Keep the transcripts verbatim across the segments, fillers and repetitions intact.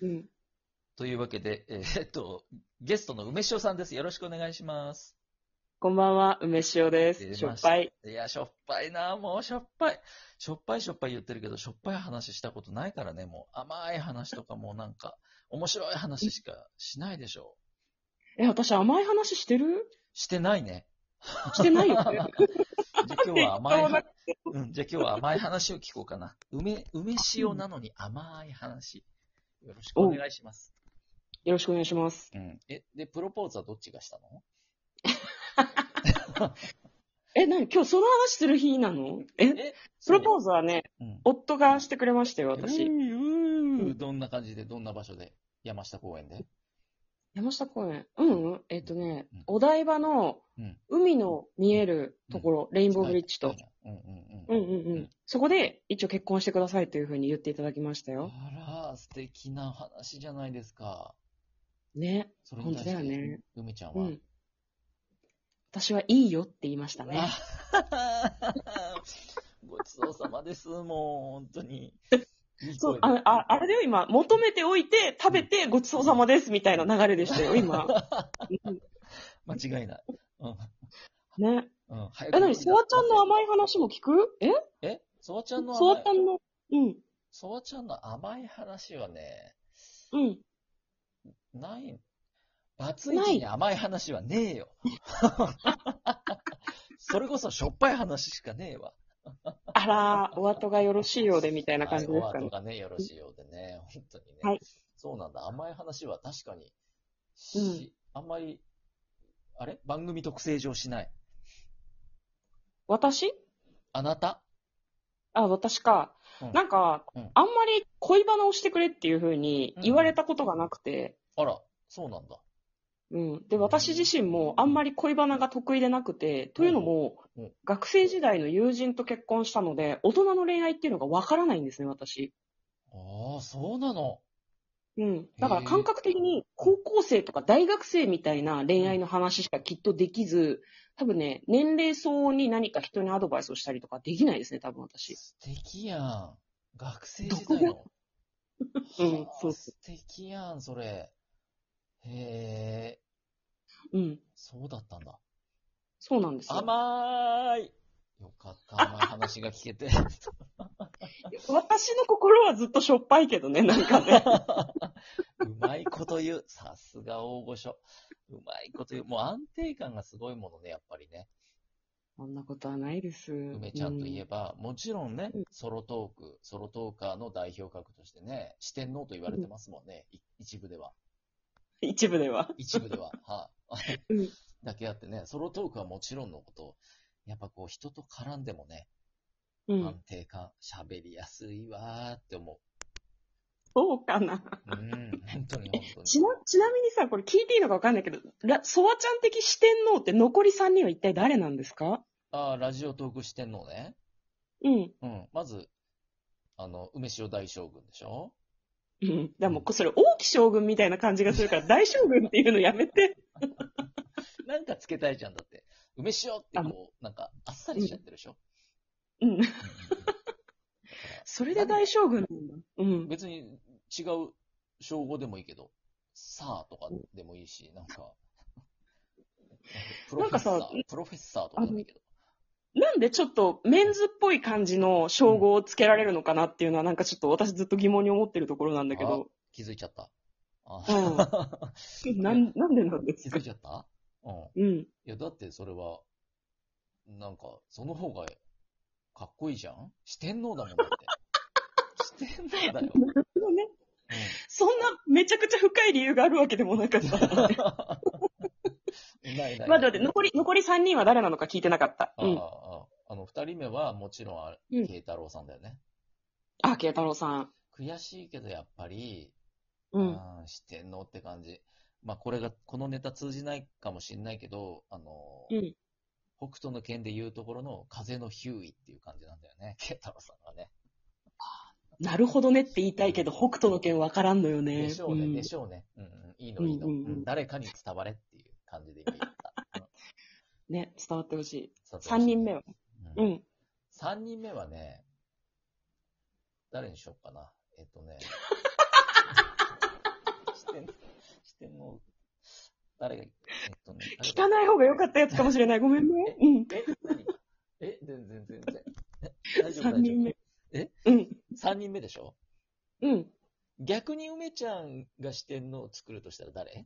うん。 というわけで、えーっと、ゲストの梅塩さんです。よろしくお願いします。 こんばんは、梅塩です。 出まししょっぱい。 た。いや、しょっぱいな、もうしょっぱい。しょっぱいしょっぱい言ってるけど、しょっぱい話したことないからね、もう甘い話とかもうなんか、面白い話しかしないでしょえ、私甘い話してる？ してないね。 してないよね。 じゃあ今日は甘いは、 適当な。 うん、じゃあ今日は甘い話を聞こうかな。梅、梅塩なのに甘い話。よろしくおお、よ願いします。 ろしくお願いします。 うん。え、で、プロポーズはどっちがしたの？ え、なに今日その話する日なの？え、 え、 プロポーそズはね、 う。うん。 夫がしてくれましたよ、 う私。うん。 ーうーどんな感じで、どんな場所で？山下公園で？ 山下公園。うん、うん、えっとね、 うん。 お台場のうん。 海の見えるうん。 ところ、レインボー近い、 ブリッジと。 近いな。うんうんうんうんううん。うん。 ん。 そこで一応結婚してくださいというふうに言っていただきましたよ。 あら、素敵な話じゃないですか。 ね。 それに本当対して、 だよね。 梅ちゃんは？ うん。私はいいよって言いましたね。 あごちそうさまです。もう、本当に。いいそう、 声で。 あ、ああれだよ、今。求めておいて、食べうん。 てごちそうさまですみたいな流れでしたよ、今。うん間違いない。うん。 ね。 うん。早え、なに、 く料理だ。 ソワちゃんの甘い話も聞く？ええソワちゃんのソワ甘い、 ちゃんの、うん、 ソワちゃんの甘い話はね、 うん、 ない、バツイない。 チに甘い話はねえよ。それこそしょっぱい話しかねえわ。 あら、お後がよろしいようでみたいな感はい、おじですかね。 後がね、よろしいようでね、本当にね。 はい。 そうなんだ、甘い話は確かに、 うん。 し、あんまり、あれ番組特性上しない。 私あなた？ あ、私か。 うん、 なんか、 うん、 あんまり恋バナをしてくれっていう風にうん、う言われん。 たことがなくて、 あら、そうなんだ。 うん。で、 うん、 私自身もあんまり恋バナが得意でなくて、というのほうほも、 う。うん。 学生時代の友人と結婚したので、大人の恋愛っていうのがわからないんですね、私。 ああ、そうなの。 うん。だからへえ。 感覚的にうん、 高校生とか大学生みたいなうん。 恋愛の話しかきっとできず、多分ね、年齢相応に何か人にアドバイスをしたりとかできないですね、多分私。 素敵やん。学生どこで？ 時代の。 うん、 はあ、 そうそ素敵やん、それ。へえ、 う。うん。 そうだったんだ。 そうなんですよ。 甘い。よかった、甘い話が聞けて。 私の心はずっとしょっぱいけどね、なんかね。 うまいこと言う。さすが大御所。うまいこと言う。もう安定感がすごいものね、やっぱりね。 そんなことはないです。う梅ちゃんといえん。 ば、もちろんね、 うんソロトーク、ソロトーカーの代表格としてね、四天王と言われてますもんね、い一部では。 一部では。 一部では。はい、 うん。 だけあってね、ソロトークはもちろんのこと、やっぱこう人と絡んでもね、 うん。 安定感、喋りやすいわーって思そうかな。 う。うん、本当に本当に。 ちな、ちなみにさ、これ聞いていいのかわかんないけど、ラ、ソワちゃん的四天王って残りさんにんは一体誰なんですか？ ああ、ラジオトーク四天王ね。 うん。 うん。まず、あの、梅塩大将軍でしょ？ うん。でうん。 も、それ、王毅将軍みたいな感じがするから、大将軍っていうのやめて。 なんかつけたいじゃん、だって。梅塩ってあ、もこう、なんか、あっさう、うん。 りしちゃってるでしょ？ うん。 うんうんうん。だから、 それで何が、 大将軍なんだ。うん。 別に違う称号でもいいけど、さあとかでもいいし、なんか、なんかプロなんかさ、 フェッサー、プロフェッサーとかあの、 でもいいけど。 なんでちょっとメンズっぽい感じのうん。 称号をつけられるのかなっていうのは、なんかちょっと私ずっと疑問に思ってるところなんだけあ、 ど。 気づいちゃった。あうん。 いや、 なん、なんでなんですか？ 気づいちゃったうん。いうん。 や、だってそれは、なんか、その方がかっこいいじゃん？四天王だもんだって。四天王だよ。 なるほどね。 うん。 そんなめちゃくちゃ深い理由があるわけでもなかったのね。 ないないない。 まあ、だって残り、残りさんにんは誰なのか聞いてなかった。 ああ、 うん。 ああ、あの、二人目はもちろんあれ、 うん。 慶太郎さんだよね。 あ、慶太郎さん。 悔しいけどやっぱり、 うん。 ああ、四天王って感じ。まあ、これが、このネタ通じないかもしれないけど、あの、 うん。 北斗の拳で言うところの風のヒューイっていう感じなんだよね、慶太郎さんはね。 なるほどねって言いたいけど、 うん。 北斗の拳わからんのよね。 でしょうね、でうん。 しょうね。うんうん、いいうんのいいの。うん、 うん誰かに伝われっていう感じで今言った。うん、 うん。ね、伝わってほしい。 伝わってほ 3 しいね。 人目は？ うん。 うん。 三人目はね、誰にしようかな。えっとね、 ない方が良かったやつかもしれない。ごめんね。うん。 え、何え、全然全然。え大丈夫、 さんにんめ。 えうん。 さんにんめでしょ？ うん。 逆に梅ちゃんが四天王を作るとしたら誰？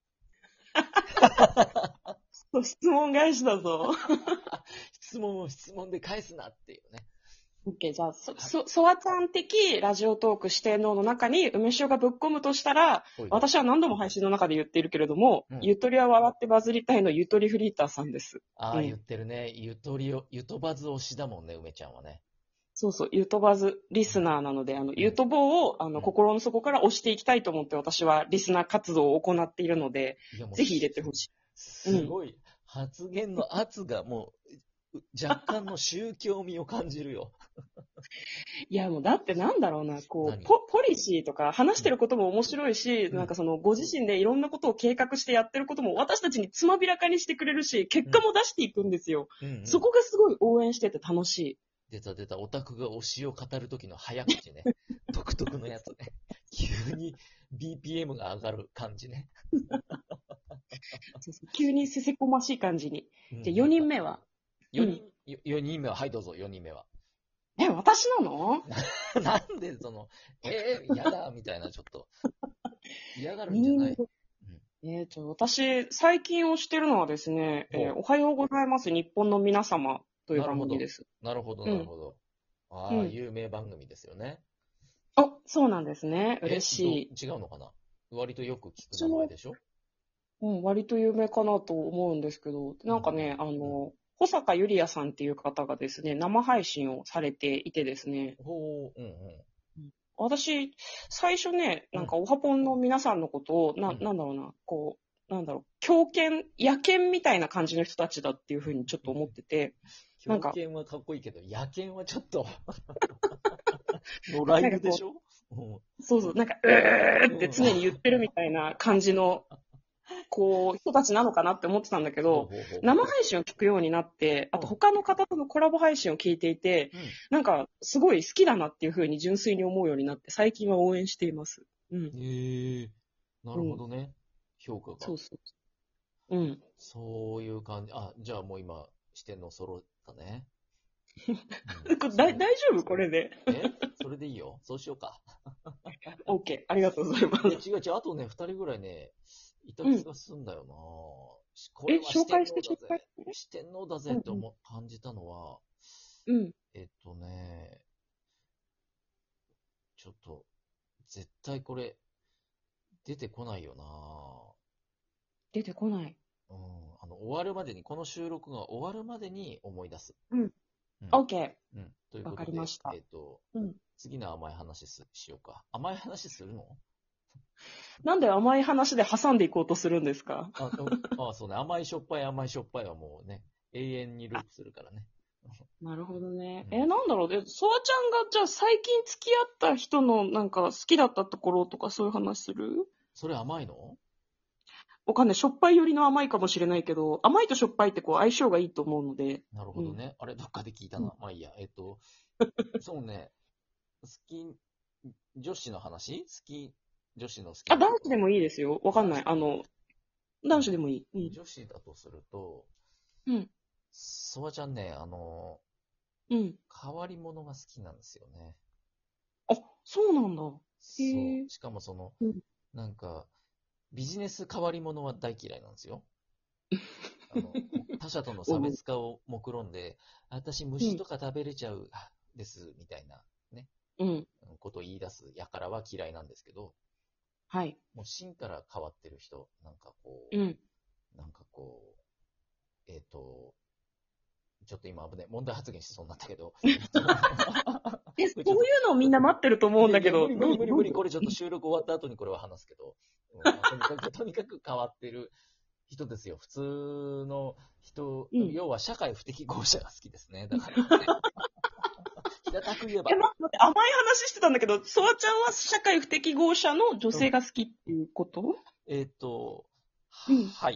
そう質問返しだぞ。 質問を質問で返すなっていうね。 オッケー、じゃあ、そ、そ、ソワちゃん的ラジオトーク四天王の中に梅塩がぶっ込むとしたら、 ほいほい私は何度も配信の中で言っているけれども、 うんゆとりは笑ってバズりたいのゆとりフリーターさんです。 ああ、 うん言ってるね。ゆとりを、ゆとばず推しだもんね、梅ちゃんはね。 そうそう、ゆとバズリスナーなので、あの、 んゆとぼを、あの、 うん心の底から押していきたいと思って私はリスナー活動を行っているので、 いやもうぜひ入れてほしい。 すごい、発言の圧がもう、う若干の宗教味を感じるよ。 いや、もうだってなんだろうな、こ何う、ポ、ポリシーとか話してることも面白いし、 うんなんかその、ご自身でいろんなことを計画してやってることも私たちにつまびらかにしてくれるし、結果も出していくんですよ。 うんうん、 そこがすごい応援してて楽しい。 出た出た、オタクが推しを語るときの早口ね。独特のやつね。急に ビーピーエム が上がる感じね。 そうそう急にせせこましい感じに。 うんじゃあよにんめはよにん、よよにんめは、はいどうぞ、よにんめは。 え、私なのなんでその、えー、やだ、みたいな、ちょっと。嫌がるんじゃない。 えー、ちょ私、最近推してるのはですね、えーほうおはようございます、日本の皆様というなるほど番組です。 なるほど、 うんなるほど。ああ、 うん有名番組ですよね。 あ、そうなんですね。 え嬉しい。 ど違うのかな？割とよく聞く名前でしょ？ うん、割と有名かなと思うんですけど、なんかね、 うんあの、保坂ゆりやさんっていう方がですね、生配信をされていてですね、 ほう、うんうん。 私、最初ね、 うんなんかオハポンの皆さんのことを、な、 うんなんだろうな、こう、なんだろう、狂犬、野犬みたいな感じの人たちだっていうふうにちょっと思ってて、なんか狂犬はかっこいいけど、野犬はちょっと、野良犬でしょ？うんそうそう、なんか、うーって常に言ってるみたいな感じの、こう、人たちなのかなって思ってたんだけど、 ほうほうほう生配信を聞くようになって、あと他の方とのコラボ配信を聞いていて、 うんなんか、すごい好きだなっていうふうに純粋に思うようになって、最近は応援しています。うん。 へえ、なるほどね。評価が。 そうそう。うん。 そういう感じ。あ、じゃあもう今、視点の揃ったね。 これだ大丈夫これで。 えそれでいいよ。そうしようか。 OK。ありがとうございます。 違う違う。あとね、二人ぐらいね、いた気がすんだよな、こえ、 れは四紹介して天王だ紹介ぜ。四天王だぜって思、感じたのは、 うん。 えっとね、ちょっと、絶対これ、出てこないよな出てこない。 うん。あの、終わるまでに、この収録が終わるまでに思い出す。 うん。 うん。 OK。 うん。ということで、 わかりましたえっと、 うん。 次の甘い話すしようか。甘い話するの？ なんで甘い話で挟んでいこうとするんですか？ あ、うんあそうね。甘いしょっぱい甘いしょっぱいはもうね、永遠にループするからね。 なるほどね。 うんえ、なんだろうね。ソワちゃんが、じゃあ最近付き合った人のなんか好きだったところとかそういう話する？ それ甘いの？ わかんない。しょっぱい寄りの甘いかもしれないけど、甘いとしょっぱいってこう相性がいいと思うので。 なるほどね。あれ、どっかで聞いたな。まあいいや。えっと、そうね。好き、女子の話？好き、女子の好きあ、 な男子でもいいですよ。わかんない。あの、男子でもいい。うん。 女子だとすると、 うん。 ソワちゃんね、あの、 うん。 変わり者が好きなんですよね。 あ、そうなんだ。 そへーう。しかもその、 うんなんか、ビジネス変わり者は大嫌いなんですよ。あの他者との差別化を目論んで、私虫とか食べれちゃうです、みたいなね、 うん。 ことを言い出すやからは嫌いなんですけど、 はい。 もう芯から変わってる人、なんかこう、 うん。 なんかこう、えっ、と、ちょっと今危ね、問題発言しそうになったけど、 え、そういうのをみんな待ってると思うんだけど。 いやいや無理無理無理無理、これちょっと収録終わった後にこれは話すけど、うんまあとにかく、とにかく変わってる人ですよ。普通の人、 うん要は社会不適合者が好きですね。だから、ね、平たく言えばえ、。待って、甘い話してたんだけど、ソワちゃんは社会不適合者の女性が好きっていうこと？ えっ、と、 うんはい。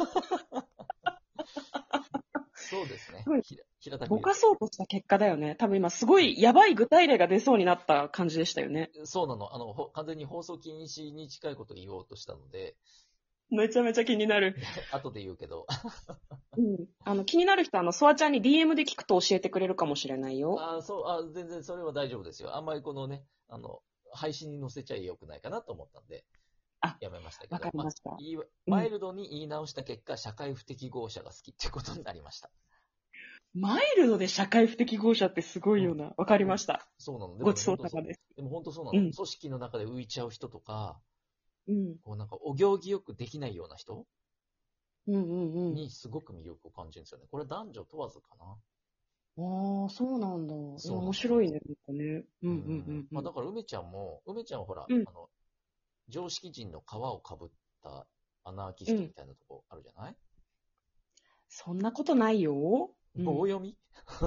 そうですね。 うんひら平たくぼ言えばかそうとした結果だよね。多分今すごいやばい具体例が出そうになった感じでしたよね。 そうなの。あの、ほ完全に放送禁止に近いことを言おうとしたので、 めちゃめちゃ気になる。 後で言うけど。 うん。あの、気になる人は、あの、ソワちゃんに ディーエム で聞くと教えてくれるかもしれないよ。 あーそう、あー全然それは大丈夫ですよ。あんまりこのね、あの、配信に載せちゃよくないかなと思ったんで、 あ、 やめましたけど。 わかりました。 あいいうんマイルドに言い直した結果、社会不適合者が好きっていうことになりました。 マイルドで社会不適合者ってすごいよな。わかりました。 そうなの。でもごちそうね本当そうさまです。 でも本当そうなの。 うん。 組織の中で浮いちゃう人とか、 うん。 こうなんかお行儀よくできないような人うんうんうん。 にすごく魅力を感じるんですよね。これは男女問わずかな。 ああ、そうなんだ。いやそうなんですよ面白いね、なんかね。うんうんうんうまあ、 ん。 だから梅ちゃんも、梅ちゃんはほら、 うんあの、常識人の皮をかぶったアナーキストみうん。 たいなとこあるじゃない、 そんなことないよ。うん。 棒読み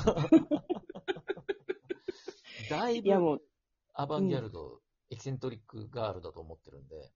だいいやぶもう、 アバンギャうん。 ルド、エキセントリックガールだと思ってるんで。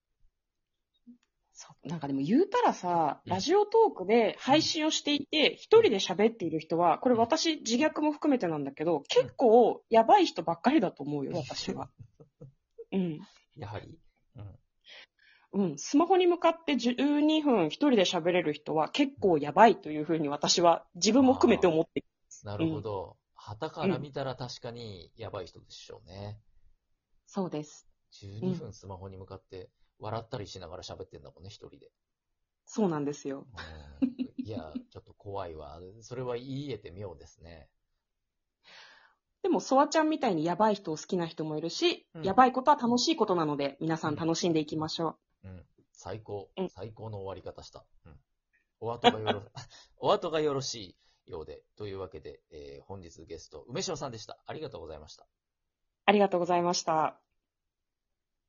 そう、なんかでも言うたらさ、 うんラジオトークで配信をしていて、一人で喋っている人は、これうん私自虐も含めてなんだけど、 うん結構やばい人ばっかりだと思うよ、私は。うん。 やはり、うんうん。スマホに向かってじゅうにふん一人で喋れる人は結構やばいというふうに私は自分も含めてあ思っています。 あ、なるほうん。 ど。旗かうん。 ら見たら確かにやばい人でしょうね。 そうです。 12 うん。 分スマホに向かって笑ったりしながら喋ってんだもんね、一人で。 そうなんですよ。 うん、いや、ちょっと怖いわ。それは言い得て妙ですね。 でも、ソワちゃんみたいにやばい人を好きな人もいるし、 うん。 やばいことは楽しいことなので、皆さんうん。 楽しんでいきましょうん。最高。 う。うん。 最高の終わり方した。うん。お後がよろ、お後がよろしいようで。というわけで、えー本日ゲスト、梅塩さんでした。ありがとうございました。 ありがとうございました。